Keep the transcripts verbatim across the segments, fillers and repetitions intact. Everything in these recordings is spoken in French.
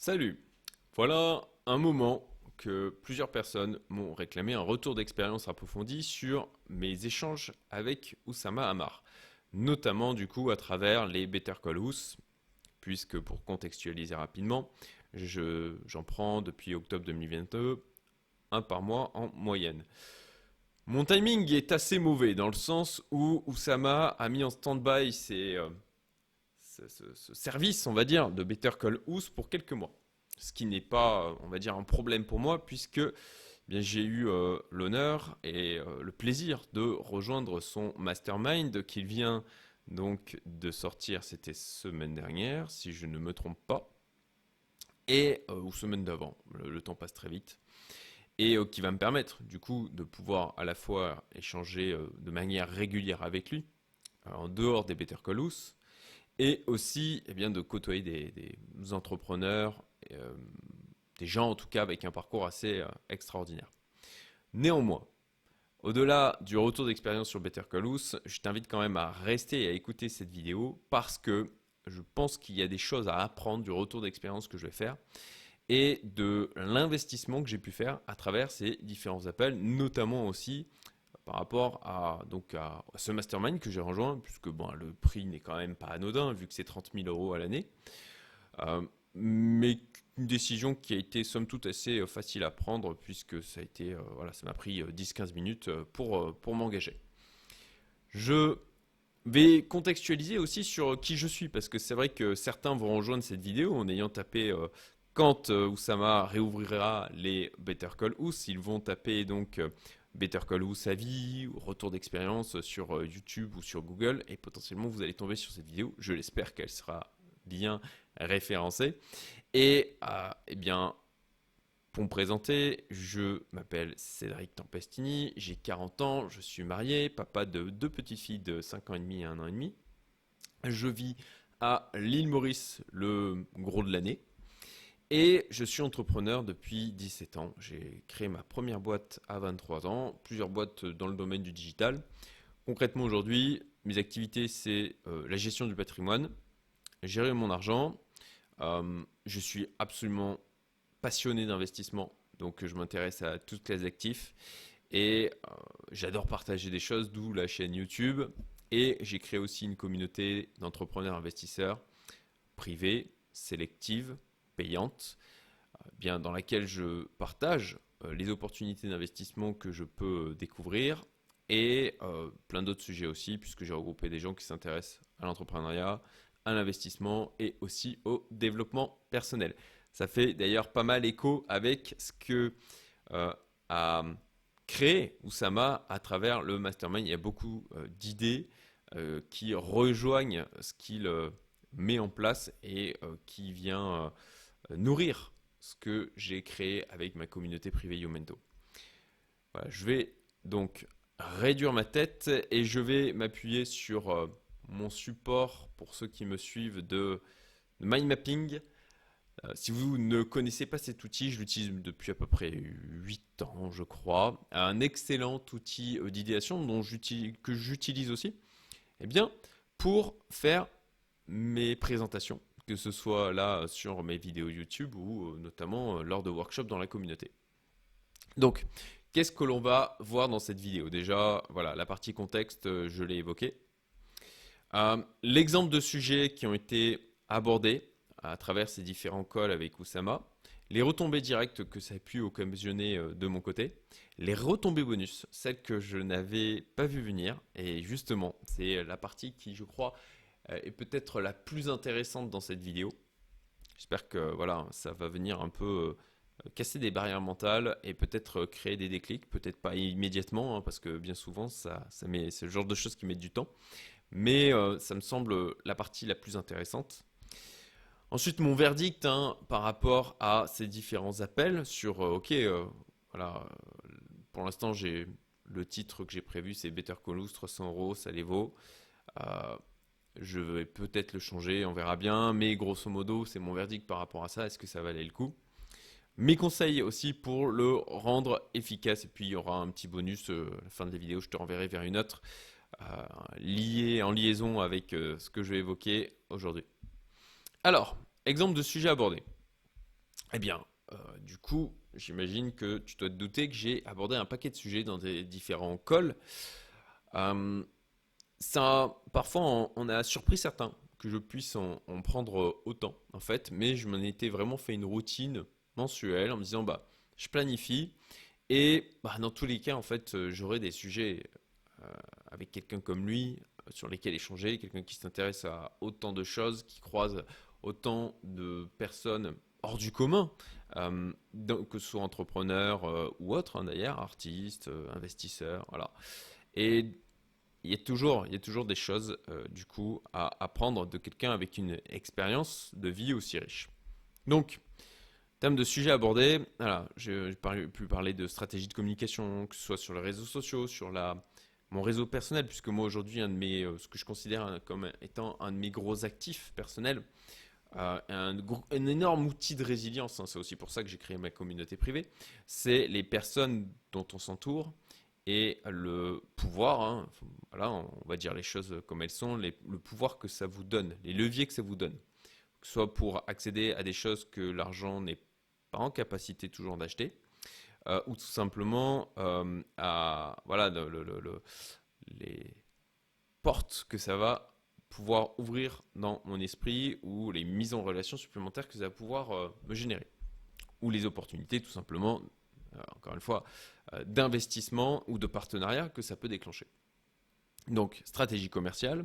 Salut! Voilà un moment que plusieurs personnes m'ont réclamé un retour d'expérience approfondi sur mes échanges avec Oussama Hamar, notamment du coup à travers les Better Call Ous, puisque pour contextualiser rapidement, je- j'en prends depuis octobre deux mille vingt-deux, un par mois en moyenne. Mon timing est assez mauvais dans le sens où Oussama a mis en stand-by ses, euh, ce, ce- ce service, on va dire, de Better Call Ous pour quelques mois. Ce qui n'est pas, on va dire, un problème pour moi puisque eh bien, j'ai eu euh, l'honneur et euh, le plaisir de rejoindre son mastermind qu'il vient donc de sortir, c'était semaine dernière, si je ne me trompe pas, et euh, ou semaine d'avant, le, le temps passe très vite, et euh, qui va me permettre du coup de pouvoir à la fois échanger euh, de manière régulière avec lui, euh, en dehors des Better Call Ous, et aussi eh bien, de côtoyer des, des entrepreneurs, euh, des gens en tout cas avec un parcours assez euh, extraordinaire. Néanmoins, au-delà du retour d'expérience sur Better Call Ous, je t'invite quand même à rester et à écouter cette vidéo parce que je pense qu'il y a des choses à apprendre du retour d'expérience que je vais faire et de l'investissement que j'ai pu faire à travers ces différents appels, notamment aussi par rapport à, donc à ce mastermind que j'ai rejoint, puisque bon, le prix n'est quand même pas anodin, vu que c'est trente mille euros à l'année. Euh, mais une décision qui a été somme toute assez euh, facile à prendre, puisque ça a été, euh, voilà, ça m'a pris euh, dix quinze minutes euh, pour, euh, pour m'engager. Je vais contextualiser aussi sur qui je suis, parce que c'est vrai que certains vont rejoindre cette vidéo en ayant tapé euh, quand euh, Oussama réouvrira les Better Call Ous, ils vont taper donc euh, Better Call Ous sa vie, ou retour d'expérience sur euh, YouTube ou sur Google, et potentiellement vous allez tomber sur cette vidéo. Je l'espère qu'elle sera bien référencée. Et euh, eh bien, pour me présenter, je m'appelle Cédric Tempestini, j'ai quarante ans, je suis marié, papa de deux petites filles de cinq ans et demi et un an et demi. Je vis à l'île Maurice le gros de l'année et je suis entrepreneur depuis dix-sept ans. J'ai créé ma première boîte à vingt-trois ans, plusieurs boîtes dans le domaine du digital. Concrètement aujourd'hui, mes activités c'est euh, la gestion du patrimoine, gérer mon argent. Euh, je suis absolument passionné d'investissement, donc je m'intéresse à toutes les actifs et euh, j'adore partager des choses, d'où la chaîne YouTube. Et j'ai créé aussi une communauté d'entrepreneurs investisseurs privés, sélectives, payantes, euh, bien dans laquelle je partage euh, les opportunités d'investissement que je peux découvrir et euh, plein d'autres sujets aussi, puisque j'ai regroupé des gens qui s'intéressent à l'entrepreneuriat, à l'investissement et aussi au développement personnel. Ça fait d'ailleurs pas mal écho avec ce que euh, a créé Oussama à travers le mastermind. Il y a beaucoup euh, d'idées euh, qui rejoignent ce qu'il euh, met en place et euh, qui vient euh, nourrir ce que j'ai créé avec ma communauté privée Youmento. Voilà, je vais donc réduire ma tête et je vais m'appuyer sur euh, mon support pour ceux qui me suivent de, de mind mapping. Euh, si vous ne connaissez pas cet outil, je l'utilise depuis à peu près huit ans, je crois. Un excellent outil euh, d'idéation dont j'utilise- que j'utilise aussi eh bien, pour faire mes présentations, que ce soit là sur mes vidéos YouTube ou euh, notamment euh, lors de workshops dans la communauté. Donc, qu'est-ce que l'on va voir dans cette vidéo? Déjà, voilà, la partie contexte, euh, je l'ai évoqué. Euh, L'exemple de sujets qui ont été abordés à travers ces différents calls avec Oussama, les retombées directes que ça a pu occasionner euh, de mon côté, les retombées bonus, celles que je n'avais pas vu venir, et justement, c'est la partie qui, je crois, euh, est peut-être la plus intéressante dans cette vidéo. J'espère que voilà, ça va venir un peu euh, casser des barrières mentales et peut-être euh, créer des déclics, peut-être pas immédiatement, hein, parce que bien souvent, ça, ça met, c'est le genre de choses qui mettent du temps. Mais euh, ça me semble la partie la plus intéressante. Ensuite, mon verdict hein, par rapport à ces différents appels sur, euh, ok, euh, voilà, euh, pour l'instant, j'ai le titre que j'ai prévu, c'est Better Call Ous, trois cents euros, ça les vaut. Euh, je vais peut-être le changer, on verra bien, mais grosso modo, c'est mon verdict par rapport à ça. Est-ce que ça valait le coup? Mes conseils aussi pour le rendre efficace. Et puis, il y aura un petit bonus euh, à la fin de la vidéo, je te renverrai vers une autre euh, liée, en liaison avec euh, ce que je vais évoquer aujourd'hui. Alors, exemple de sujet abordé. Eh bien, euh, du coup, j'imagine que tu dois te douter que j'ai abordé un paquet de sujets dans des différents calls. Euh, ça, parfois, on, on a surpris certains que je puisse en, en prendre autant, en fait, mais je m'en étais vraiment fait une routine mensuelle en me disant, bah, je planifie et bah, dans tous les cas, en fait, euh, j'aurai des sujets euh, avec quelqu'un comme lui euh, sur lesquels échanger, quelqu'un qui s'intéresse à autant de choses, qui croise autant de personnes hors du commun, euh, donc, que ce soit entrepreneurs euh, ou autres, hein, d'ailleurs, artistes, euh, investisseurs, voilà. Et il y a toujours, il y a toujours des choses, euh, du coup, à apprendre de quelqu'un avec une expérience de vie aussi riche. Donc, en termes de sujets abordés, voilà, j'ai pu parler de stratégie de communication, que ce soit sur les réseaux sociaux, sur la, mon réseau personnel, puisque moi aujourd'hui, un de mes, euh, ce que je considère comme étant un de mes gros actifs personnels, euh, un, gros- un énorme outil de résilience, hein, c'est aussi pour ça que j'ai créé ma communauté privée, c'est les personnes dont on s'entoure et le pouvoir, hein, voilà, on va dire les choses comme elles sont, les- le pouvoir que ça vous donne, les leviers que ça vous donne, que ce soit pour accéder à des choses que l'argent n'est pas en capacité toujours d'acheter, euh, ou tout simplement euh, à voilà le- le- le- le- les portes que ça va pouvoir ouvrir dans mon esprit ou les mises en relation supplémentaires que ça va pouvoir euh, me générer, ou les opportunités tout simplement, euh, encore une fois, euh, d'investissement ou de partenariat que ça peut déclencher. Donc, stratégie commerciale.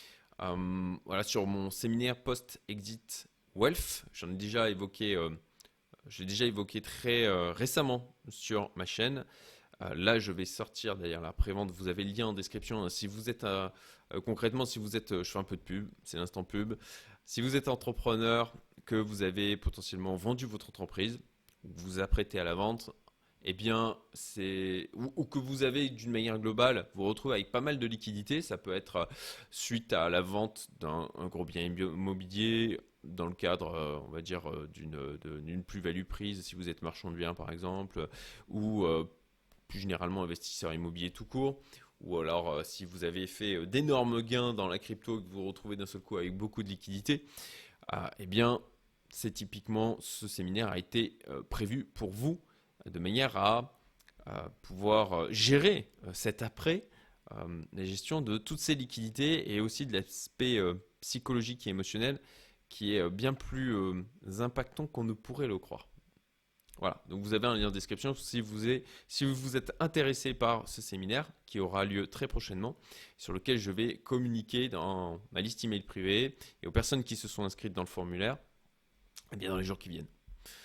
Euh, voilà, sur mon séminaire post-exit wealth, j'en ai déjà évoqué, euh, j'ai déjà évoqué très euh, récemment sur ma chaîne. Euh, là, je vais sortir d'ailleurs la prévente. Vous avez le lien en description, hein. Si vous êtes euh, euh, concrètement, si vous êtes, euh, je fais un peu de pub, c'est l'instant pub. Si vous êtes entrepreneur, que vous avez potentiellement vendu votre entreprise, ou que vous vous apprêtez à la vente, eh bien, c'est ou, ou que vous avez d'une manière globale, vous vous retrouvez avec pas mal de liquidités. Ça peut être euh, suite à la vente d'un un gros bien immobilier, dans le cadre, euh, on va dire, euh, d'une de- d'une plus-value prise, si vous êtes marchand de biens par exemple, ou euh, plus généralement investisseur immobilier tout court, ou alors euh, si vous avez fait euh, d'énormes gains dans la crypto et que vous vous retrouvez d'un seul coup avec beaucoup de liquidités, ah, eh bien, c'est typiquement ce séminaire a été euh, prévu pour vous de manière à, à pouvoir euh, gérer euh, cet après, euh, la gestion de toutes ces liquidités et aussi de l'aspect euh, psychologique et émotionnel qui est euh, bien plus euh, impactant qu'on ne pourrait le croire. Voilà, donc vous avez un lien en description si vous, êtes, si vous vous êtes intéressé par ce séminaire qui aura lieu très prochainement, sur lequel je vais communiquer dans ma liste email privée et aux personnes qui se sont inscrites dans le formulaire, eh bien dans les jours qui viennent.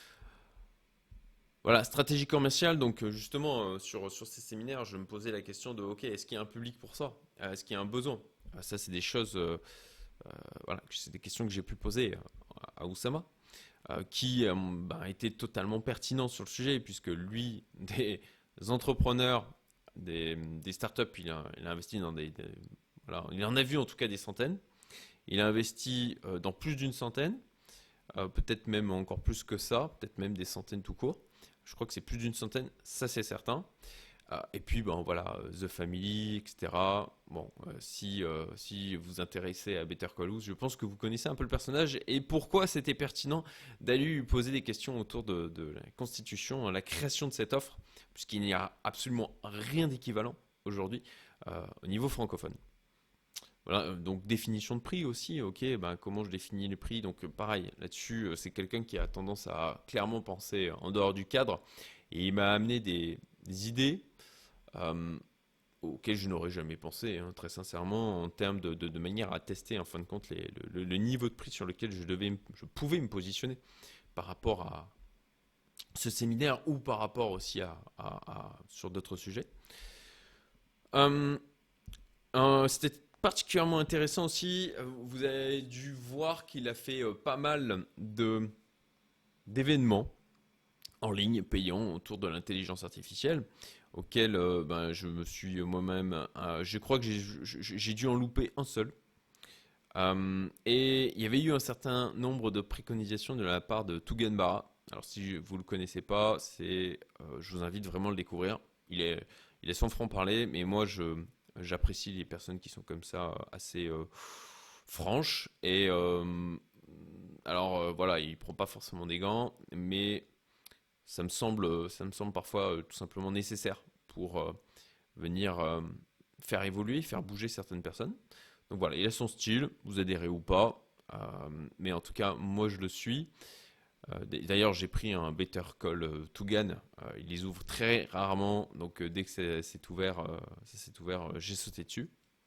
Voilà, stratégie commerciale, donc euh, justement euh, sur, sur ces séminaires, je me posais la question de, ok, est-ce qu'il y a un public pour ça? Euh, Est-ce qu'il y a un besoin? Euh, Ça, c'est des choses, euh, euh, voilà, c'est des questions que j'ai pu poser à, à Oussama. Euh, qui euh, bah, était totalement pertinent sur le sujet, puisque lui, des entrepreneurs, des, des startups, il a, il a investi dans des, des- voilà, il en a vu en tout cas des centaines. Il a investi euh, dans plus d'une centaine, euh, peut-être même encore plus que ça, peut-être même des centaines tout court. Je crois que c'est plus d'une centaine, ça c'est certain. Ah, et puis, ben voilà, euh, The Family, et cetera. Bon, euh, si, euh, si vous vous intéressez à Better Call Saul, je pense que vous connaissez un peu le personnage et pourquoi c'était pertinent d'aller lui poser des questions autour de, de la constitution, la création de cette offre, puisqu'il n'y a absolument rien d'équivalent aujourd'hui euh, au niveau francophone. Voilà, euh, donc définition de prix aussi, ok, ben comment je définis les prix, donc euh, pareil, là-dessus, euh, c'est quelqu'un qui a tendance à clairement penser en dehors du cadre, et il m'a amené des, des idées euh, auquel je n'aurais jamais pensé, hein, très sincèrement, en termes de, de- de manière à tester en fin de compte les- le, le niveau de prix sur lequel je, devais, je pouvais me positionner par rapport à ce séminaire ou par rapport aussi à, à- à- sur d'autres sujets. Euh, euh, C'était particulièrement intéressant aussi. euh, Vous avez dû voir qu'il a fait euh, pas mal de d'événements en ligne payants autour de l'intelligence artificielle auquel euh, ben, je me suis moi-même, euh, je crois que j'ai j'ai dû en louper un seul. Euh, et il y avait eu un certain nombre de préconisations de la part de Tugendbara. Alors si vous ne le connaissez pas, c'est, euh, je vous invite vraiment à le découvrir. Il est, il est sans franc-parler, mais moi je, j'apprécie les personnes qui sont comme ça, assez euh, franches et euh, alors euh, voilà, il prend pas forcément des gants, mais ça me semble, ça me semble parfois euh, tout simplement nécessaire pour euh, venir euh, faire évoluer, faire bouger certaines personnes. Donc voilà, il a son style, vous adhérez ou pas, euh, mais en tout cas, moi je le suis. Euh, D'ailleurs, j'ai pris un Better Call euh, Tugan, euh, il les ouvre très rarement, donc euh, dès que c'est c'est ouvert, euh, ça s'est ouvert, euh, j'ai sauté dessus.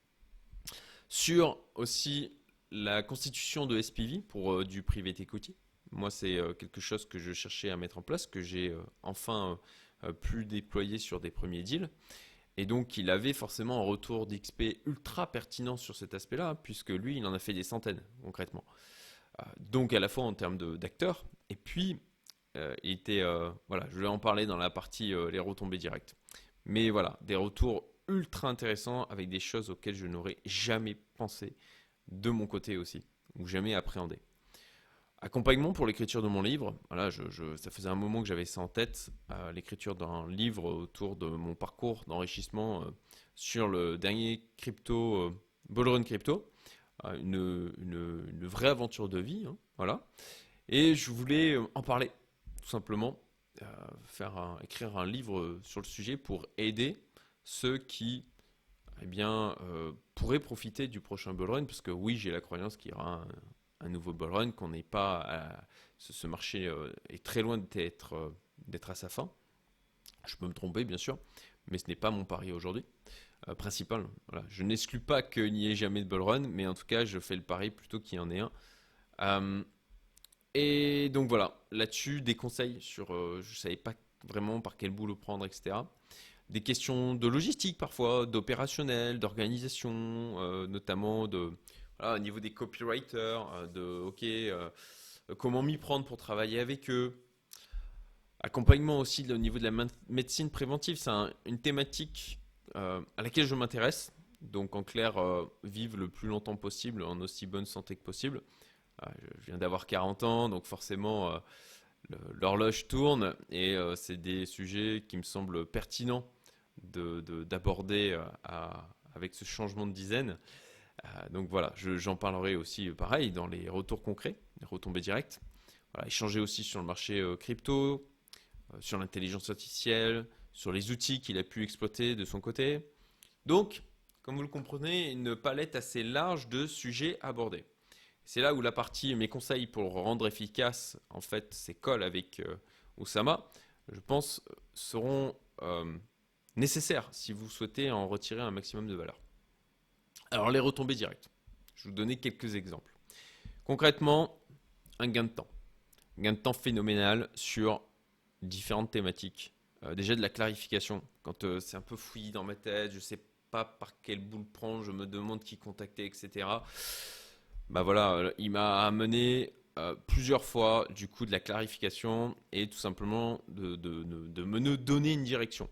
Sur aussi la constitution de S P V pour euh, du private equity. Moi, c'est euh, quelque chose que je cherchais à mettre en place, que j'ai euh, enfin euh, pu déployer sur des premiers deals. Et donc, il avait forcément un retour d'X P ultra pertinent sur cet aspect-là, puisque lui, il en a fait des centaines, concrètement. Euh, donc, à la fois en termes de- d'acteurs, et puis, euh, il était, euh, voilà, je vais en parler dans la partie euh, les retombées directes. Mais voilà, des retours ultra intéressants avec des choses auxquelles je n'aurais jamais pensé de mon côté aussi, ou jamais appréhendé. Accompagnement pour l'écriture de mon livre. Voilà, je, je- ça faisait un moment que j'avais ça en tête, euh, l'écriture d'un livre autour de mon parcours d'enrichissement euh, sur le dernier crypto, euh, Bullrun Crypto. Euh, une, une- une vraie aventure de vie, hein, voilà. Et je voulais euh, en parler, tout simplement, euh, faire un- écrire un livre sur le sujet pour aider ceux qui eh bien, euh, pourraient profiter du prochain bull run, parce que oui, j'ai la croyance qu'il y aura un, un nouveau bull run, qu'on n'est pas à- ce, ce marché euh, est très loin d'être euh, d'être à sa fin. Je peux me tromper, bien sûr, mais ce n'est pas mon pari aujourd'hui euh, principal. Voilà. Je n'exclus pas qu'il n'y ait jamais de bull run, mais en tout cas, je fais le pari plutôt qu'il y en ait un. Euh, et donc voilà, là-dessus, des conseils sur, euh, je ne savais pas vraiment par quel bout le prendre, et cetera. Des questions de logistique parfois, d'opérationnel, d'organisation, euh, notamment de, voilà, au niveau des copywriters, euh, de ok, euh, comment m'y prendre pour travailler avec eux. Accompagnement aussi au niveau de la main- médecine préventive, c'est un- une thématique euh, à laquelle je m'intéresse. Donc en clair, euh, vivre le plus longtemps possible en aussi bonne santé que possible. Euh, je je viens d'avoir quarante ans, donc forcément euh, le- l'horloge tourne et euh, c'est des sujets qui me semblent pertinents de- de- d'aborder euh, à- avec ce changement de dizaine. Euh, donc voilà, je- j'en parlerai aussi euh, pareil dans les retours concrets, les retombées directes. Voilà, échanger aussi sur le marché euh, crypto, euh, sur l'intelligence artificielle, sur les outils qu'il a pu exploiter de son côté. Donc, comme vous le comprenez, une palette assez large de sujets abordés. C'est là où la partie mes conseils pour rendre efficace en fait ces calls avec euh, Oussama, je pense, seront euh, nécessaires si vous souhaitez en retirer un maximum de valeur. Alors les retombées directes. Je vais vous donner quelques exemples. Concrètement, un gain de temps. Un gain de temps phénoménal sur différentes thématiques. Euh, déjà de la clarification. Quand euh, c'est un peu fouillis dans ma tête, je ne sais pas par quel bout le prendre, je me demande qui contacter, et cetera. Bah voilà, euh, il m'a amené euh, plusieurs fois du coup de la clarification et tout simplement de, de- de- de me donner une direction.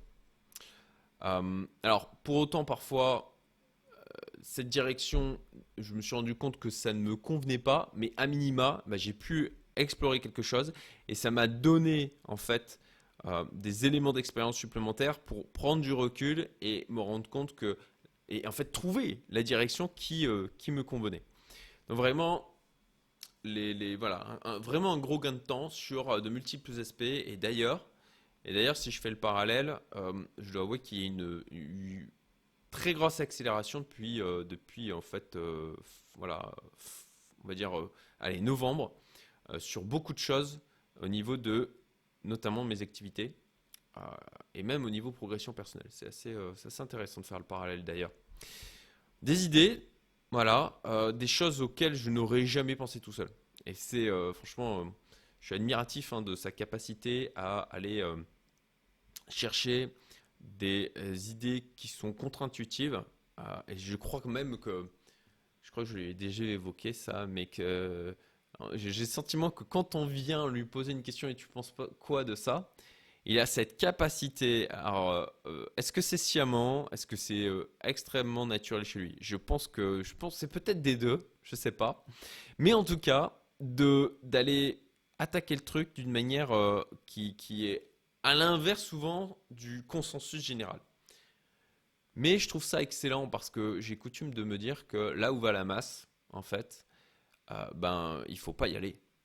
Euh, alors pour autant parfois cette direction, je me suis rendu compte que ça ne me convenait pas, mais à minima, bah, j'ai pu explorer quelque chose et ça m'a donné en fait euh, des éléments d'expérience supplémentaires pour prendre du recul et me rendre compte que et en fait trouver la direction qui, euh, qui me convenait. Donc vraiment, les, les- voilà, un- un- vraiment un gros gain de temps sur euh, de multiples aspects. Et d'ailleurs, et d'ailleurs, si je fais le parallèle, euh, je dois avouer qu'il y a une, une très grosse accélération depuis, euh, depuis en fait, euh, f- voilà, f- on va dire, euh, allez, novembre, euh, sur beaucoup de choses au niveau de, notamment mes activités, euh, et même au niveau progression personnelle. C'est assez, euh, c'est assez intéressant de faire le parallèle d'ailleurs. Des idées, voilà, euh, des choses auxquelles je n'aurais jamais pensé tout seul. Et c'est euh, franchement, euh, je suis admiratif hein, de sa capacité à aller euh, chercher des euh, idées qui sont contre-intuitives. Euh, et je crois quand même que, je crois que je l'ai déjà évoqué ça, mais que euh, j'ai j'ai le sentiment que quand on vient lui poser une question et tu penses pas quoi de ça, il a cette capacité. Alors, euh, est-ce que c'est sciemment? Est-ce que c'est euh, extrêmement naturel chez lui? Je pense que je pense que c'est peut-être des deux, je sais pas. Mais en tout cas, de d'aller attaquer le truc d'une manière euh, qui, qui est à l'inverse souvent du consensus général. Mais je trouve ça excellent parce que j'ai coutume de me dire que là où va la masse, en fait, euh, ben il faut pas y aller.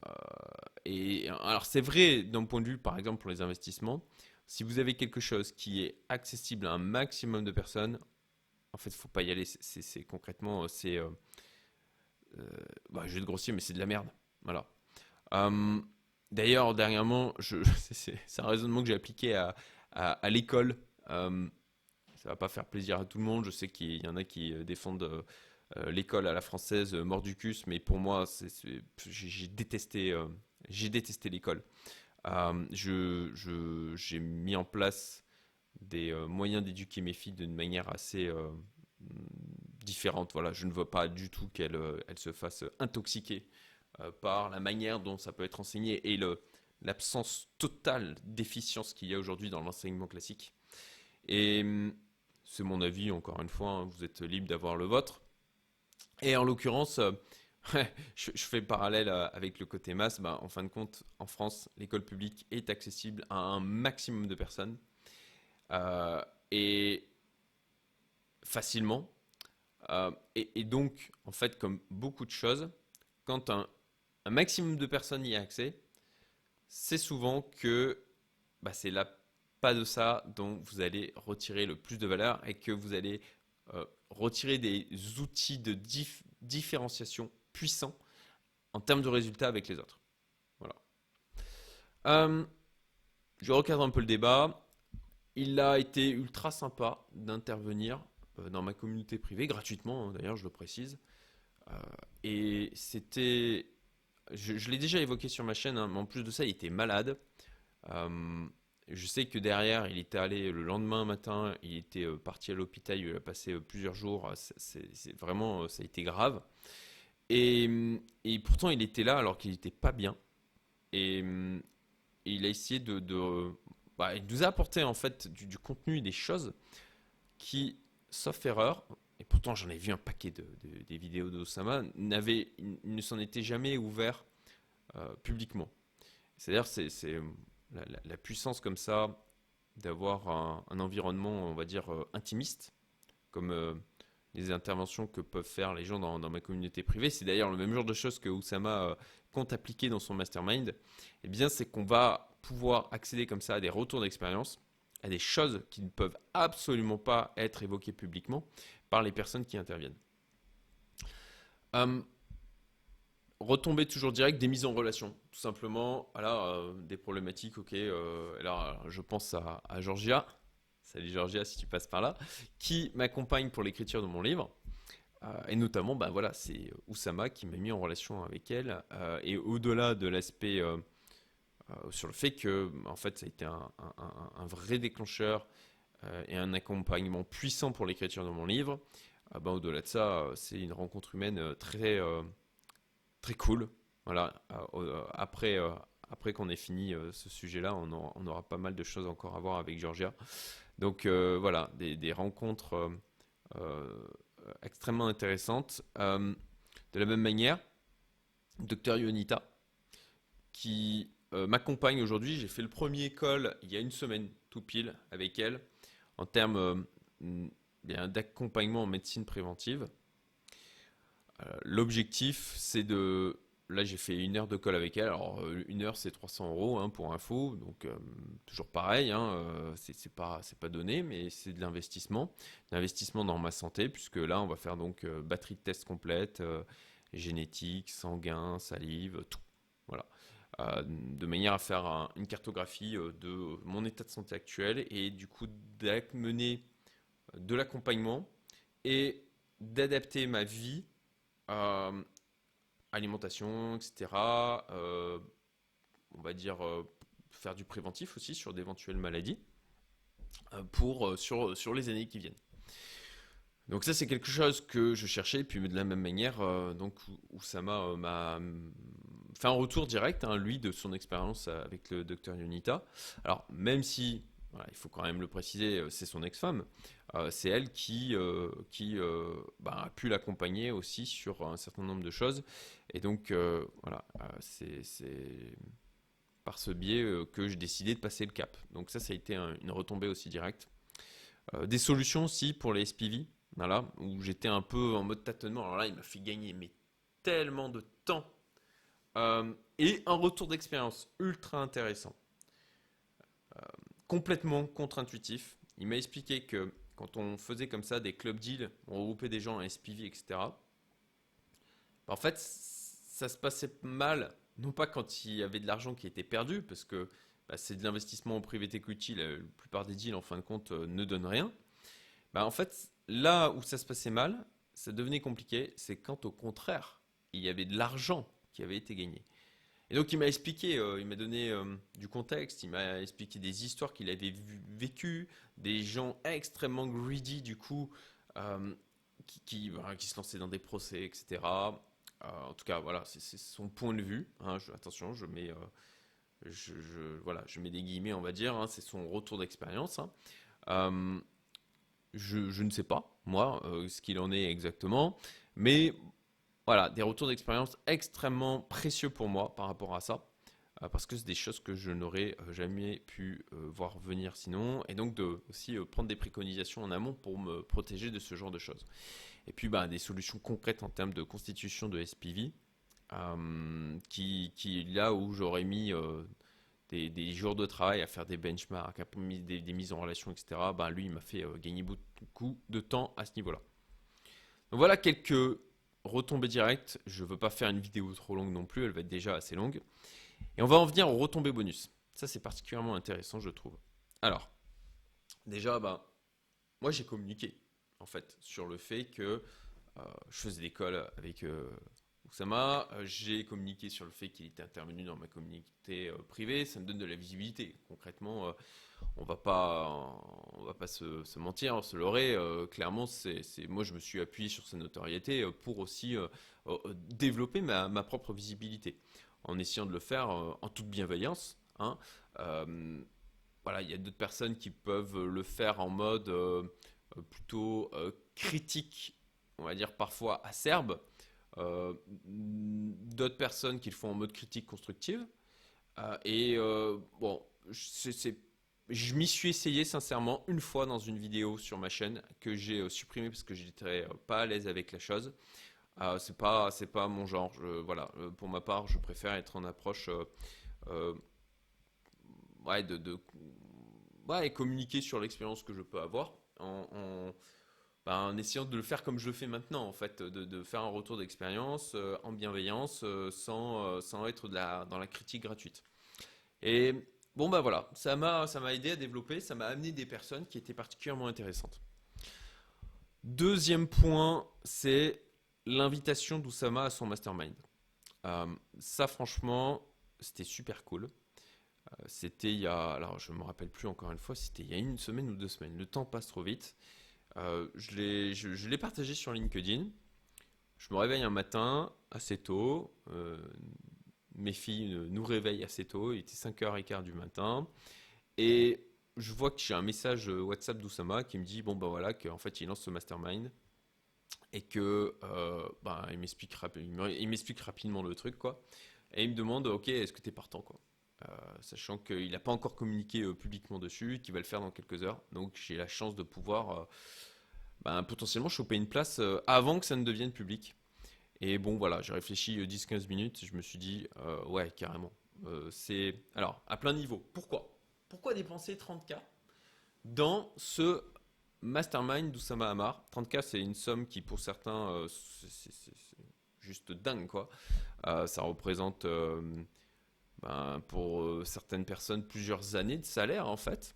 Et alors c'est vrai d'un point de vue, par exemple, pour les investissements, si vous avez quelque chose qui est accessible à un maximum de personnes, en fait, il ne faut pas y aller. C'est, c'est- c'est concrètement, c'est, euh, euh, bah, je vais être grossier, mais c'est de la merde. Voilà. Euh, D'ailleurs, dernièrement, je, c'est, c'est- c'est un raisonnement que j'ai appliqué à, à, à l'école. Euh, Ça va pas faire plaisir à tout le monde. Je sais qu'il y en a qui euh, défendent euh, euh, l'école à la française, euh, mordicus, mais pour moi, c'est, c'est- j'ai j'ai détesté, euh, j'ai détesté l'école. Euh, je, je- j'ai mis en place des euh, moyens d'éduquer mes filles d'une manière assez euh, différente. Voilà, je ne veux pas du tout qu'elles euh, elles se fassent intoxiquer euh, par la manière dont ça peut être enseigné et le, l'absence totale d'efficience qu'il y a aujourd'hui dans l'enseignement classique. Et hum, c'est mon avis, encore une fois, hein, vous êtes libre d'avoir le vôtre. Et en l'occurrence, euh, je, je fais le parallèle euh, avec le côté masse. Bah, en fin de compte, en France, l'école publique est accessible à un maximum de personnes euh, et facilement. Euh, et, et donc, en fait, comme beaucoup de choses, quand un, un maximum de personnes y a accès, c'est souvent que bah, c'est là pas de ça dont vous allez retirer le plus de valeur et que vous allez euh, retirer des outils de dif- différenciation puissants en termes de résultats avec les autres. Voilà. Euh, je recadre un peu le débat. Il a été ultra sympa d'intervenir euh, dans ma communauté privée, gratuitement hein, d'ailleurs, je le précise. Euh, et c'était. Je, je l'ai déjà évoqué sur ma chaîne, hein, mais en plus de ça, il était malade. Euh, je sais que derrière, il était allé le lendemain matin, il était euh, parti à l'hôpital, il a passé euh, plusieurs jours. C'est, c'est- c'est vraiment, euh, ça a été grave. Et, et pourtant, il était là alors qu'il n'était pas bien. Et, et il a essayé de, de- bah, il nous a apporté en fait du, du contenu, des choses qui, sauf erreur, et pourtant j'en ai vu un paquet de, de- des vidéos d'Osama, n'avait, il ne s'en était jamais ouvert euh, publiquement. C'est-à-dire c'est, c'est la, la- la puissance comme ça d'avoir un, un environnement, on va dire, euh, intimiste, comme euh, les interventions que peuvent faire les gens dans, dans ma communauté privée. C'est d'ailleurs le même genre de choses que Oussama euh, compte appliquer dans son mastermind. Eh bien, c'est qu'on va pouvoir accéder comme ça à des retours d'expérience, à des choses qui ne peuvent absolument pas être évoquées publiquement par les personnes qui interviennent. Euh, Retomber toujours direct, des mises en relation, tout simplement. Voilà, euh, des problématiques, ok. Euh, alors, je pense à, à Georgia. Salut Georgia, si tu passes par là, qui m'accompagne pour l'écriture de mon livre. Euh, et notamment, bah voilà, c'est Oussama qui m'a mis en relation avec elle. Euh, et au-delà de l'aspect euh, euh, sur le fait que, en fait, ça a été un, un- un vrai déclencheur euh, et un accompagnement puissant pour l'écriture de mon livre. Euh, bah, au-delà de ça, euh, c'est une rencontre humaine euh, très, euh, très cool. Voilà. Euh, euh, après, euh, après qu'on ait fini euh, ce sujet-là, on aura, on aura pas mal de choses encore à voir avec Georgia. Donc euh, voilà, des, des rencontres euh, euh, extrêmement intéressantes. Euh, de la même manière, Docteur Yonita, qui euh, m'accompagne aujourd'hui. J'ai fait le premier call il y a une semaine, tout pile, avec elle, en termes euh, bien, d'accompagnement en médecine préventive. Euh, L'objectif, c'est de. Là, j'ai fait une heure de call avec elle. Alors, euh, une heure, c'est trois cents euros hein, pour info. Donc, euh, toujours pareil. Hein, euh, c'est c'est pas, c'est pas donné, mais c'est de l'investissement. L'investissement dans ma santé, puisque là, on va faire donc euh, batterie de test complète, euh, génétique, sanguin, salive, tout. Voilà. Euh, de manière à faire un- une cartographie euh, de mon état de santé actuel et du coup d'amener de l'accompagnement et d'adapter ma vie euh, alimentation, et cetera. Euh, on va dire euh, faire du préventif aussi sur d'éventuelles maladies euh, pour, euh, sur, sur les années qui viennent. Donc ça c'est quelque chose que je cherchais, puis de la même manière, euh, donc Oussama euh, m'a fait un retour direct, hein, lui, de son expérience avec le docteur Yonita. Alors même si, voilà, il faut quand même le préciser, euh, c'est son ex-femme, euh, c'est elle qui, euh, qui euh, bah, a pu l'accompagner aussi sur un certain nombre de choses. Et donc euh, voilà, euh, c'est c'est par ce biais euh, que j'ai décidé de passer le cap. Donc ça, ça a été un- une retombée aussi directe. Euh, des solutions aussi pour les S P V, voilà, où j'étais un peu en mode tâtonnement. Alors là, il m'a fait gagner mais tellement de temps Euh, et un retour d'expérience ultra intéressant, complètement contre-intuitif. Il m'a expliqué que quand on faisait comme ça des club deals, on regroupait des gens en S P V, et cetera. En fait, ça se passait mal, non pas quand il y avait de l'argent qui était perdu, parce que bah, c'est de l'investissement en private equity, la, la plupart des deals en fin de compte euh, ne donnent rien. Bah, en fait, là où ça se passait mal, ça devenait compliqué, c'est quand au contraire, il y avait de l'argent qui avait été gagné. Et donc il m'a expliqué, euh, il m'a donné euh, du contexte, il m'a expliqué des histoires qu'il avait vu- vécues, des gens extrêmement greedy du coup, euh, qui, qui, voilà, qui se lançaient dans des procès, et cetera. Euh, en tout cas, voilà, c'est c'est son point de vue, hein. Je- attention, je mets, euh, je, je- voilà, je mets des guillemets, on va dire, hein, c'est son retour d'expérience, hein. Euh, je, je ne sais pas, moi, euh, ce qu'il en est exactement, mais voilà, des retours d'expérience extrêmement précieux pour moi par rapport à ça, euh, parce que c'est des choses que je n'aurais euh, jamais pu euh, voir venir sinon, et donc de aussi euh, prendre des préconisations en amont pour me protéger de ce genre de choses. Et puis bah, des solutions concrètes en termes de constitution de S P V, euh, qui, qui là où j'aurais mis euh, des, des jours de travail à faire des benchmarks, à mis des, des mises en relation, et cetera, bah, lui il m'a fait euh, gagner beaucoup de temps à ce niveau-là. Donc voilà quelques retombées directes. Je ne veux pas faire une vidéo trop longue non plus, elle va être déjà assez longue. Et on va en venir aux retombées bonus. Ça, c'est particulièrement intéressant, je trouve. Alors, déjà, bah, moi, j'ai communiqué, en fait, sur le fait que euh, je faisais l'école avec euh, Oussama. Euh, j'ai communiqué sur le fait qu'il était intervenu dans ma communauté euh, privée. Ça me donne de la visibilité. Concrètement, euh, on va pas, on va pas se, se mentir, se leurrer. Euh, clairement, c'est, c'est, moi, je me suis appuyé sur sa notoriété euh, pour aussi euh, euh, développer ma, ma propre visibilité, en essayant de le faire euh, en toute bienveillance, hein. Euh, voilà, il y a d'autres personnes qui peuvent le faire en mode euh, euh, plutôt euh, critique, on va dire parfois acerbe. Euh, d'autres personnes qui le font en mode critique constructive. Euh, et euh, bon, c'est, c'est- je m'y suis essayé sincèrement une fois dans une vidéo sur ma chaîne que j'ai euh, supprimée parce que j'étais euh, pas à l'aise avec la chose. Euh, c'est pas, c'est pas mon genre. Je- voilà, Euh, pour ma part, je préfère être en approche, euh, euh, ouais, de, de- ouais, et communiquer sur l'expérience que je peux avoir en, en- bah, en essayant de le faire comme je le fais maintenant, en fait, de, de faire un retour d'expérience euh, en bienveillance, euh, sans, euh, sans être de la, dans la critique gratuite. Et bon, bah voilà, ça m'a ça m'a aidé à développer, ça m'a amené des personnes qui étaient particulièrement intéressantes. Deuxième point, c'est l'invitation d'Oussama à son mastermind. Euh, ça, franchement, c'était super cool. Euh, C'était il y a, alors je me rappelle plus encore une fois, c'était il y a une semaine ou deux semaines. Le temps passe trop vite. Euh, je l'ai je, je l'ai partagé sur LinkedIn. Je me réveille un matin assez tôt. Euh, mes filles euh, nous réveillent assez tôt. Il était cinq heures quinze du matin. Et je vois que j'ai un message euh, WhatsApp d'Oussama qui me dit bon bah voilà qu'en fait il lance ce mastermind et que euh, bah, il m'explique rapi- il me- il m'explique rapidement le truc quoi. Et il me demande ok est-ce que t'es partant quoi. Euh, sachant qu'il n'a pas encore communiqué euh, publiquement dessus, qu'il va le faire dans quelques heures. Donc j'ai la chance de pouvoir euh, bah, potentiellement choper une place euh, avant que ça ne devienne public. Et bon voilà, j'ai réfléchi euh, dix quinze minutes, je me suis dit euh, ouais carrément. Euh, c'est alors à plein niveau. Pourquoi Pourquoi dépenser trente k dans ce mastermind d'Oussama Hamar? trente k, c'est une somme qui, pour certains, euh, c'est c'est- c'est- c'est juste dingue, quoi. Euh, ça représente, euh, ben, pour euh, certaines personnes, plusieurs années de salaire, en fait.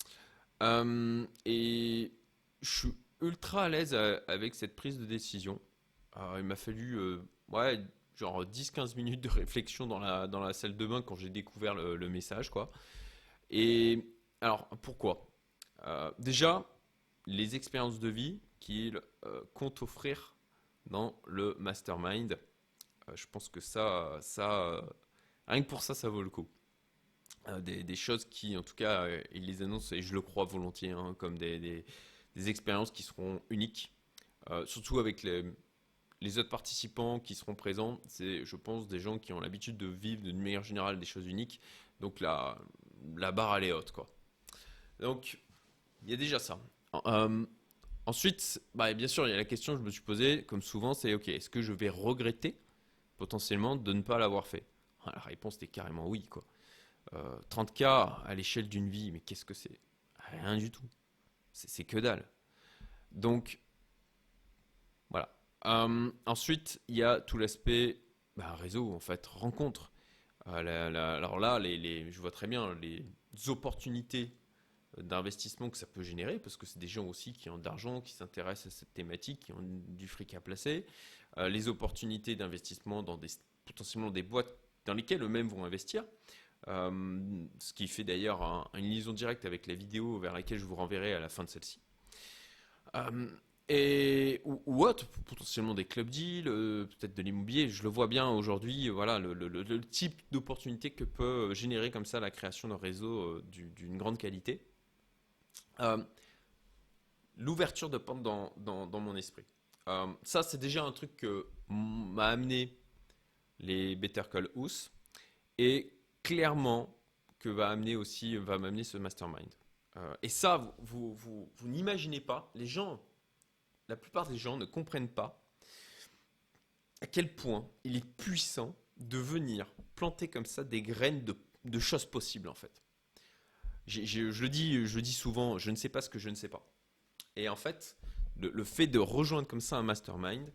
Euh, et je suis ultra à l'aise euh, avec cette prise de décision. Alors, il m'a fallu, euh, ouais, genre dix quinze minutes de réflexion dans la, dans la salle de bain quand j'ai découvert le, le message, quoi. Et alors, pourquoi? Euh, déjà, les expériences de vie qu'il euh, compte offrir dans le mastermind, euh, je pense que ça, ça euh, rien que pour ça, ça vaut le coup. Euh, des, des choses qui, en tout cas, euh, il les annonce, et je le crois volontiers, hein, comme des, des- des expériences qui seront uniques. Euh, surtout avec les, les autres participants qui seront présents, c'est, je pense, des gens qui ont l'habitude de vivre d'une manière générale des choses uniques. Donc la, la barre, elle est haute, quoi. Donc, il y a déjà ça. Euh, Ensuite, bah, bien sûr, il y a la question que je me suis posée, comme souvent, c'est ok, est-ce que je vais regretter potentiellement de ne pas l'avoir fait? La réponse était carrément oui, quoi. Euh, trente K à l'échelle d'une vie, mais qu'est-ce que c'est? Rien du tout. C'est c'est que dalle. Donc, voilà. Euh, ensuite, il y a tout l'aspect bah, réseau, en fait, rencontre. Euh, la- la- alors là, les, les- je vois très bien les opportunités d'investissement que ça peut générer, parce que c'est des gens aussi qui ont de l'argent, qui s'intéressent à cette thématique, qui ont du fric à placer. Euh, les opportunités d'investissement dans des, potentiellement des boîtes dans lesquelles eux-mêmes vont investir. Euh, ce qui fait d'ailleurs un- une liaison directe avec la vidéo vers laquelle je vous renverrai à la fin de celle-ci. Euh, et, ou, ou autre, potentiellement des club deals, euh, peut-être de l'immobilier. Je le vois bien aujourd'hui, euh, voilà, le, le- le- le type d'opportunité que peut générer comme ça la création d'un réseau euh, du- d'une grande qualité. Euh, L'ouverture de porte dans, dans- dans mon esprit. Euh, ça, c'est déjà un truc que m'a amené les Better Call Us et clairement que va amener aussi va m'amener ce mastermind. Euh, et ça, vous, vous, vous, vous n'imaginez pas, les gens, la plupart des gens ne comprennent pas à quel point il est puissant de venir planter comme ça des graines de, de choses possibles en fait. J'ai- j'ai- je, le dis, je le dis souvent, je ne sais pas ce que je ne sais pas. Et en fait, le, le fait de rejoindre comme ça un mastermind,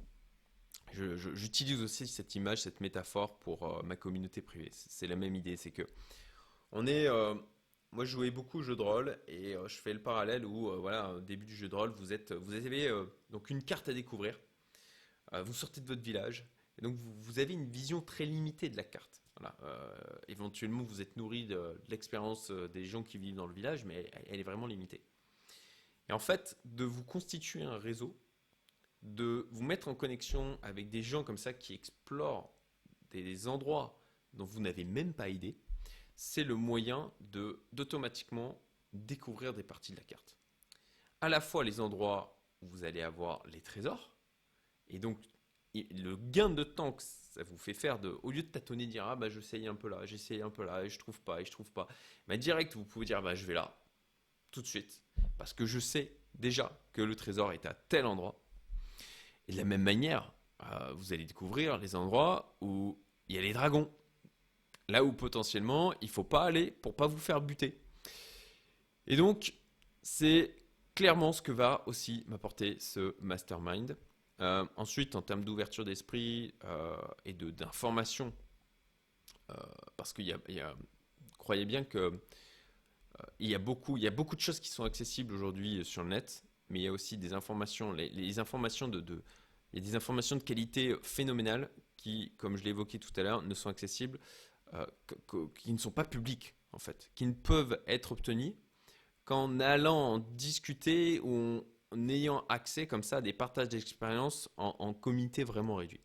je- je- j'utilise aussi cette image, cette métaphore pour euh, ma communauté privée. C'est c'est la même idée, c'est que on est, euh, moi je jouais beaucoup au jeu de rôle et euh, je fais le parallèle où euh, voilà, au début du jeu de rôle, vous êtes, vous avez euh, donc une carte à découvrir. Euh, vous sortez de votre village et donc vous, vous avez une vision très limitée de la carte. Voilà, euh, éventuellement vous êtes nourri de, de l'expérience euh, des gens qui vivent dans le village, mais elle, elle est vraiment limitée. Et en fait, de vous constituer un réseau, de vous mettre en connexion avec des gens comme ça qui explorent des endroits dont vous n'avez même pas idée, c'est le moyen de d'automatiquement découvrir des parties de la carte. À la fois les endroits où vous allez avoir les trésors, et donc le gain de temps que ça vous fait faire, de, au lieu de tâtonner, dire ah bah j'essaye un peu là, j'essaye un peu là, et je trouve pas, et je trouve pas, bah direct vous pouvez dire bah je vais là, tout de suite, parce que je sais déjà que le trésor est à tel endroit. Et de la même manière, euh, vous allez découvrir les endroits où il y a les dragons, là où potentiellement il ne faut pas aller pour pas vous faire buter. Et donc, c'est clairement ce que va aussi m'apporter ce mastermind. Euh, ensuite, en termes d'ouverture d'esprit euh, et de, d'information, euh, parce qu'il y a, il y a, croyez bien que euh, il y a beaucoup, il y a beaucoup de choses qui sont accessibles aujourd'hui sur le net, mais il y a aussi des informations, les, les informations de, de, il y a des informations de qualité phénoménale qui, comme je l'ai évoqué tout à l'heure, ne sont accessibles, euh, que- que- qui ne sont pas publiques en fait, qui ne peuvent être obtenues qu'en allant en discuter ou en, en ayant accès comme ça à des partages d'expériences en, en comité vraiment réduit.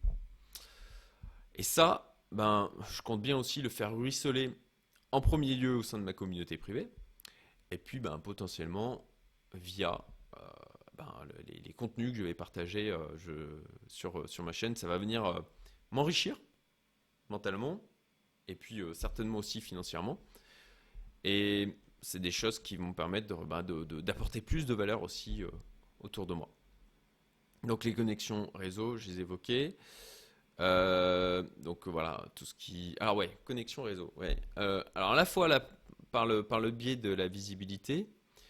Et ça, ben, je compte bien aussi le faire ruisseler en premier lieu au sein de ma communauté privée, et puis ben, potentiellement via euh, ben, le- les, les contenus que je vais partager euh, je- sur, sur ma chaîne. Ça va venir euh, m'enrichir mentalement, et puis euh, certainement aussi financièrement. Et c'est des choses qui vont me permettre de, ben, de- de- d'apporter plus de valeur aussi euh, autour de moi. Donc les connexions réseau, je les évoquais. Euh, donc voilà, tout ce qui... Alors ouais, connexion réseau. Ouais. Euh, alors à la fois là, par, le, par le biais de la visibilité,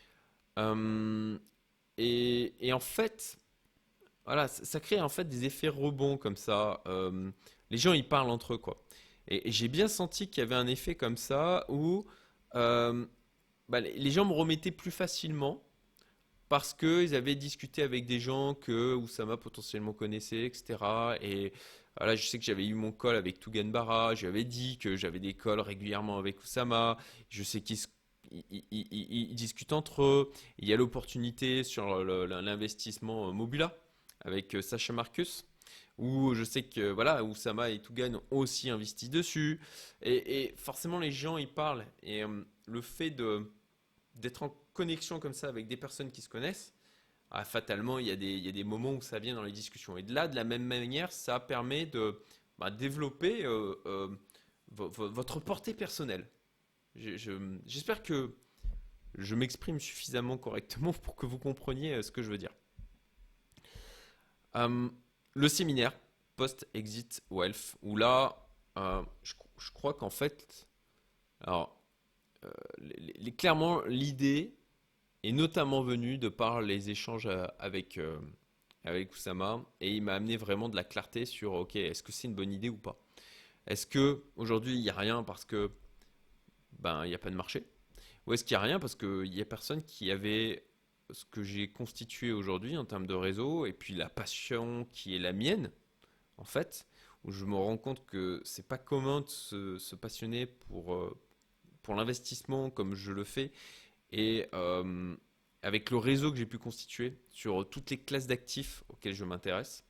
euh, et, et en fait, voilà, ça, ça crée en fait des effets rebonds comme ça. Euh, les gens ils parlent entre eux quoi. Et, et j'ai bien senti qu'il y avait un effet comme ça où euh, bah, les les gens me remettaient plus facilement parce qu'ils avaient discuté avec des gens que Oussama potentiellement connaissait, et cetera. Et voilà, je sais que j'avais eu mon call avec Tougan Barra, j'avais dit que j'avais des calls régulièrement avec Oussama, je sais qu'ils se- ils, ils- ils- ils discutent entre eux. Il y a l'opportunité sur le- l'investissement Mobula avec euh, Sacha Marcus, où je sais que voilà, Oussama et Tougan ont aussi investi dessus. Et, et forcément, les gens, ils parlent. Et euh, le fait de d'être en connexion comme ça avec des personnes qui se connaissent, ah, fatalement, il y, a des, il y a des moments où ça vient dans les discussions. Et de là, de la même manière, ça permet de bah, développer euh, euh, vo- vo- votre portée personnelle. Je- je- J'espère que je m'exprime suffisamment correctement pour que vous compreniez euh, ce que je veux dire. Euh, le séminaire, post-exit wealth, où là, euh, je, je crois qu'en fait, alors, euh, les- les- clairement, l'idée est notamment venue de par les échanges euh, avec, euh, avec Oussama, et il m'a amené vraiment de la clarté sur, ok, est-ce que c'est une bonne idée ou pas? Est-ce que aujourd'hui il n'y a rien parce que ben il n'y a pas de marché? Ou est-ce qu'il n'y a rien parce qu'il n'y a personne qui avait ce que j'ai constitué aujourd'hui en termes de réseau et puis la passion qui est la mienne, en fait, où je me rends compte que c'est pas commun de se, se passionner pour, euh, pour l'investissement comme je le fais et euh, avec le réseau que j'ai pu constituer sur toutes les classes d'actifs auxquelles je m'intéresse.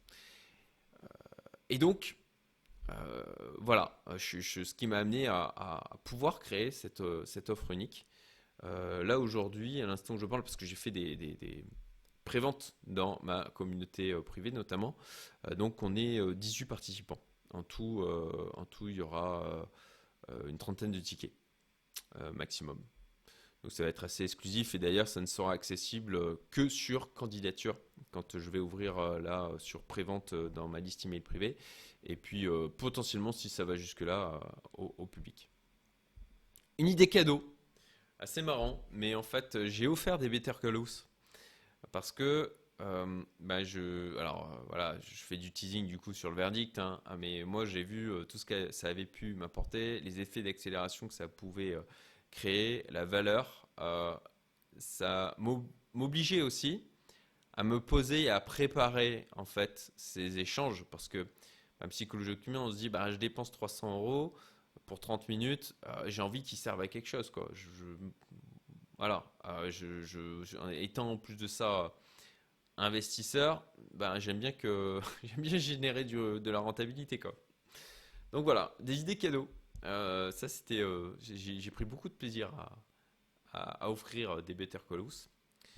Et donc, euh, voilà, je, je- ce qui m'a amené à, à pouvoir créer cette, euh, cette offre unique. Euh, là aujourd'hui, à l'instant où je parle, parce que j'ai fait des, des, des préventes dans ma communauté euh, privée notamment, euh, donc on est euh, dix-huit participants. En tout, euh, en tout, il y aura euh, une trentaine de tickets euh, maximum. Donc ça va être assez exclusif et d'ailleurs ça ne sera accessible euh, que sur candidature quand je vais ouvrir euh, là sur prévente euh, dans ma liste email privée et puis euh, potentiellement si ça va jusque là au, au public. Une idée cadeau, assez marrant, mais en fait euh, j'ai offert des Better Call Saul parce que euh, bah, je, alors euh, voilà, je fais du teasing du coup sur le verdict, hein, ah, mais moi j'ai vu euh, tout ce que ça avait pu m'apporter, les effets d'accélération que ça pouvait euh, créer, la valeur. Euh, ça m'obligeait aussi à me poser et à préparer en fait ces échanges parce que ma psychologie humaine, on se dit bah je dépense trois cents euros pour trente minutes, euh, j'ai envie qu'ils servent à quelque chose quoi. Je, je- voilà, euh, je, je- je- étant en plus de ça investisseur, ben j'aime bien que j'aime bien générer du- de la rentabilité quoi. Donc voilà, des idées cadeaux. Euh, ça c'était, euh, j'ai j'ai pris beaucoup de plaisir à, à- à offrir des Better Call Saul.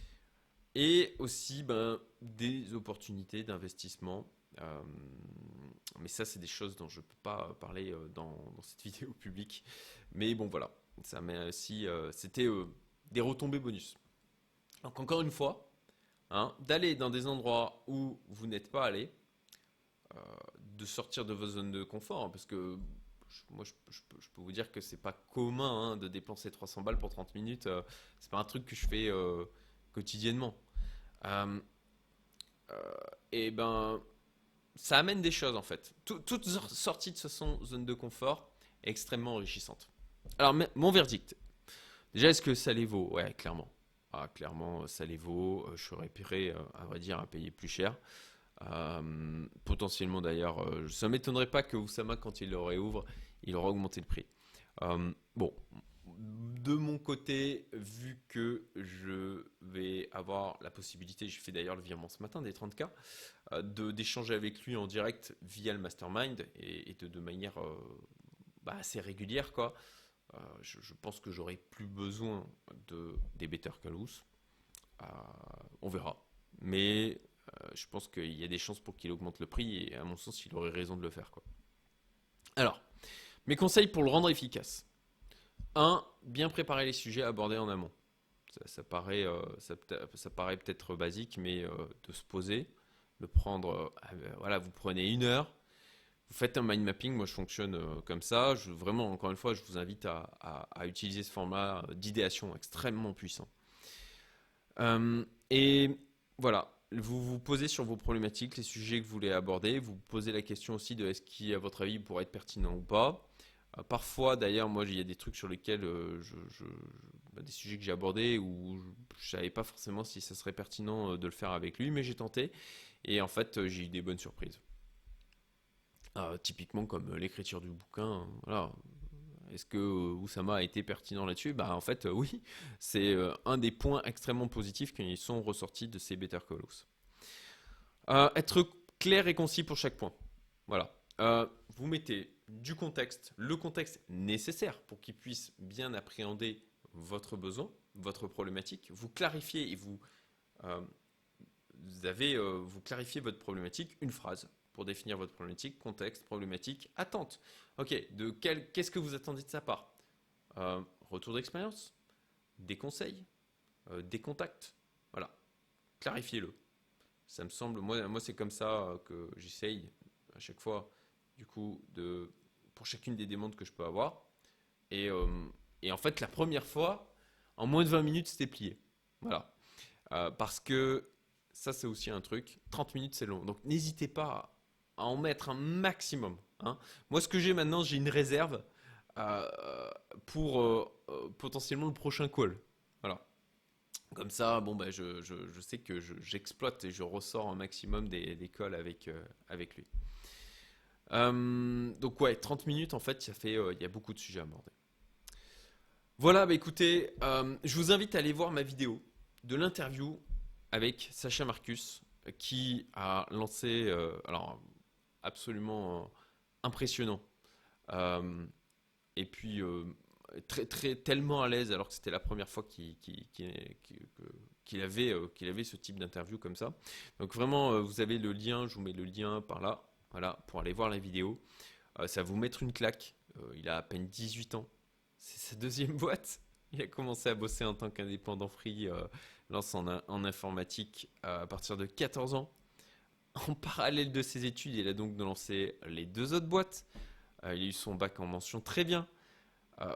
Et aussi ben, des opportunités d'investissement. Euh, mais ça, c'est des choses dont je ne peux pas parler euh, dans, dans cette vidéo publique. Mais bon, voilà. Ça m'a aussi, euh, c'était euh, des retombées bonus. Donc, encore une fois, hein, d'aller dans des endroits où vous n'êtes pas allé, euh, de sortir de vos zones de confort, hein, parce que je- moi, je, je peux, je peux vous dire que c'est pas commun hein, de dépenser trois cents balles pour trente minutes. Euh, c'est pas un truc que je fais euh, quotidiennement. Euh, et ben, ça amène des choses en fait. Tout- toute sortie de son zone de confort est extrêmement enrichissante. Alors, mon verdict. Déjà, est-ce que ça les vaut? Ouais, clairement. Ah, clairement, ça les vaut. Euh, Je serais prêt, euh, à vrai dire, à payer plus cher. Euh, potentiellement d'ailleurs, euh, ça ne m'étonnerait pas que Oussama, quand il le réouvre, il aura augmenté le prix. Euh, bon, de mon côté, vu que je vais avoir la possibilité, j'ai fait d'ailleurs le virement ce matin des trente K, euh, de, d'échanger avec lui en direct via le mastermind et, et de, de manière euh, bah, assez régulière, quoi. Euh, je, je pense que j'aurai plus besoin de, des Better Call Saul. Euh, on verra. Mais euh, je pense qu'il y a des chances pour qu'il augmente le prix et à mon sens, il aurait raison de le faire, quoi. Alors, mes conseils pour le rendre efficace. Un, bien préparer les sujets abordés en amont. Ça, ça paraît, euh, ça, ça paraît peut-être basique, mais euh, de se poser, de prendre, euh, voilà, vous prenez une heure, vous faites un mind mapping. Moi, je fonctionne euh, comme ça. Je, vraiment, encore une fois, je vous invite à, à- à utiliser ce format d'idéation extrêmement puissant. Euh, et voilà, vous vous posez sur vos problématiques, les sujets que vous voulez aborder. Vous vous posez la question aussi de est-ce qui, à votre avis, pourrait être pertinent ou pas. Euh, parfois, d'ailleurs, moi, il y a des trucs sur lesquels euh, je, je- bah, des sujets que j'ai abordés où je, je savais pas forcément si ça serait pertinent euh, de le faire avec lui, mais j'ai tenté. Et en fait, euh, j'ai eu des bonnes surprises. Euh, typiquement comme euh, l'écriture du bouquin, voilà. Est-ce que euh, Oussama a été pertinent là-dessus? Bah en fait euh, oui, c'est euh, un des points extrêmement positifs qui sont ressortis de ces Better Call Saul. Euh, être clair et concis pour chaque point. Voilà. Euh, vous mettez du contexte, le contexte nécessaire pour qu'il puisse bien appréhender votre besoin, votre problématique. Vous clarifiez et vous, euh, vous avez, euh, vous clarifiez votre problématique, une phrase pour définir votre problématique, contexte, problématique, attente. Ok, de quel, qu'est-ce que vous attendez de sa part? Euh, Retour d'expérience, des conseils, euh, des contacts. Voilà, clarifiez-le. Ça me semble, moi, moi c'est comme ça euh, que j'essaye chaque fois, du coup, de, pour chacune des demandes que je peux avoir. Et, euh, et en fait, la première fois, en moins de vingt minutes, c'était plié. Voilà. Euh, parce que ça, c'est aussi un truc. trente minutes, c'est long. Donc, n'hésitez pas à en mettre un maximum, hein. Moi, ce que j'ai maintenant, j'ai une réserve euh, pour euh, euh, potentiellement le prochain call. Voilà. Comme ça, bon, bah, je, je- je sais que je- j'exploite et je ressors un maximum des, des calls avec, euh, avec lui. Euh, donc, ouais, trente minutes, en fait, ça fait, euh, il y a beaucoup de sujets à aborder. Voilà, bah écoutez, euh, je vous invite à aller voir ma vidéo de l'interview avec Sacha Marcus euh, qui a lancé, euh, alors absolument euh, impressionnant, euh, et puis euh, très, très, tellement à l'aise alors que c'était la première fois qu'il qu'il- qu'il- qu'il- que- qu'il avait, euh, qu'il avait ce type d'interview comme ça. Donc vraiment, euh, vous avez le lien, je vous mets le lien par là, voilà, pour aller voir la vidéo. Euh, ça va vous mettre une claque. Euh, il a à peine dix-huit ans. C'est sa deuxième boîte. Il a commencé à bosser en tant qu'indépendant free, euh, lance en, en informatique euh, à partir de quatorze ans. En parallèle de ses études, il a donc lancé les deux autres boîtes. Euh, il a eu son bac en mention très bien. Euh,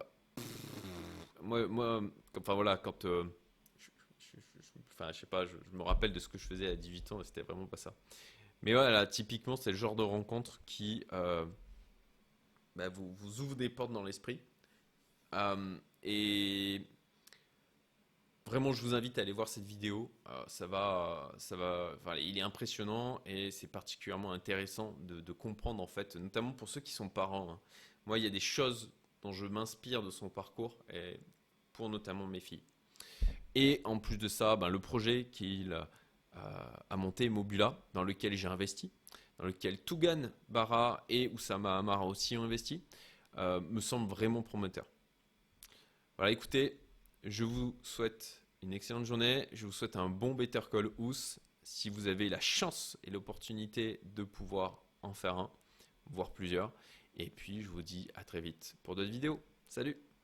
moi, moi, enfin voilà, quand euh, je, je- je- je- enfin, je sais pas, je, je me rappelle de ce que je faisais à dix-huit ans et c'était vraiment pas ça. Mais voilà, typiquement, c'est le genre de rencontre qui euh, bah, vous, vous ouvre des portes dans l'esprit. Euh, et vraiment, je vous invite à aller voir cette vidéo. Euh, ça va, ça va, enfin, il est impressionnant et c'est particulièrement intéressant de, de comprendre en fait, notamment pour ceux qui sont parents, hein. Moi, il y a des choses dont je m'inspire de son parcours et pour notamment mes filles. Et en plus de ça, ben, le projet qu'il euh, a monté, Mobula, dans lequel j'ai investi, dans lequel Tougan Bara et Oussama Amar aussi ont investi, euh, me semble vraiment prometteur. Voilà, écoutez, je vous souhaite une excellente journée. Je vous souhaite un bon Better Call Ous. Si vous avez la chance et l'opportunité de pouvoir en faire un, voire plusieurs. Et puis, je vous dis à très vite pour d'autres vidéos. Salut!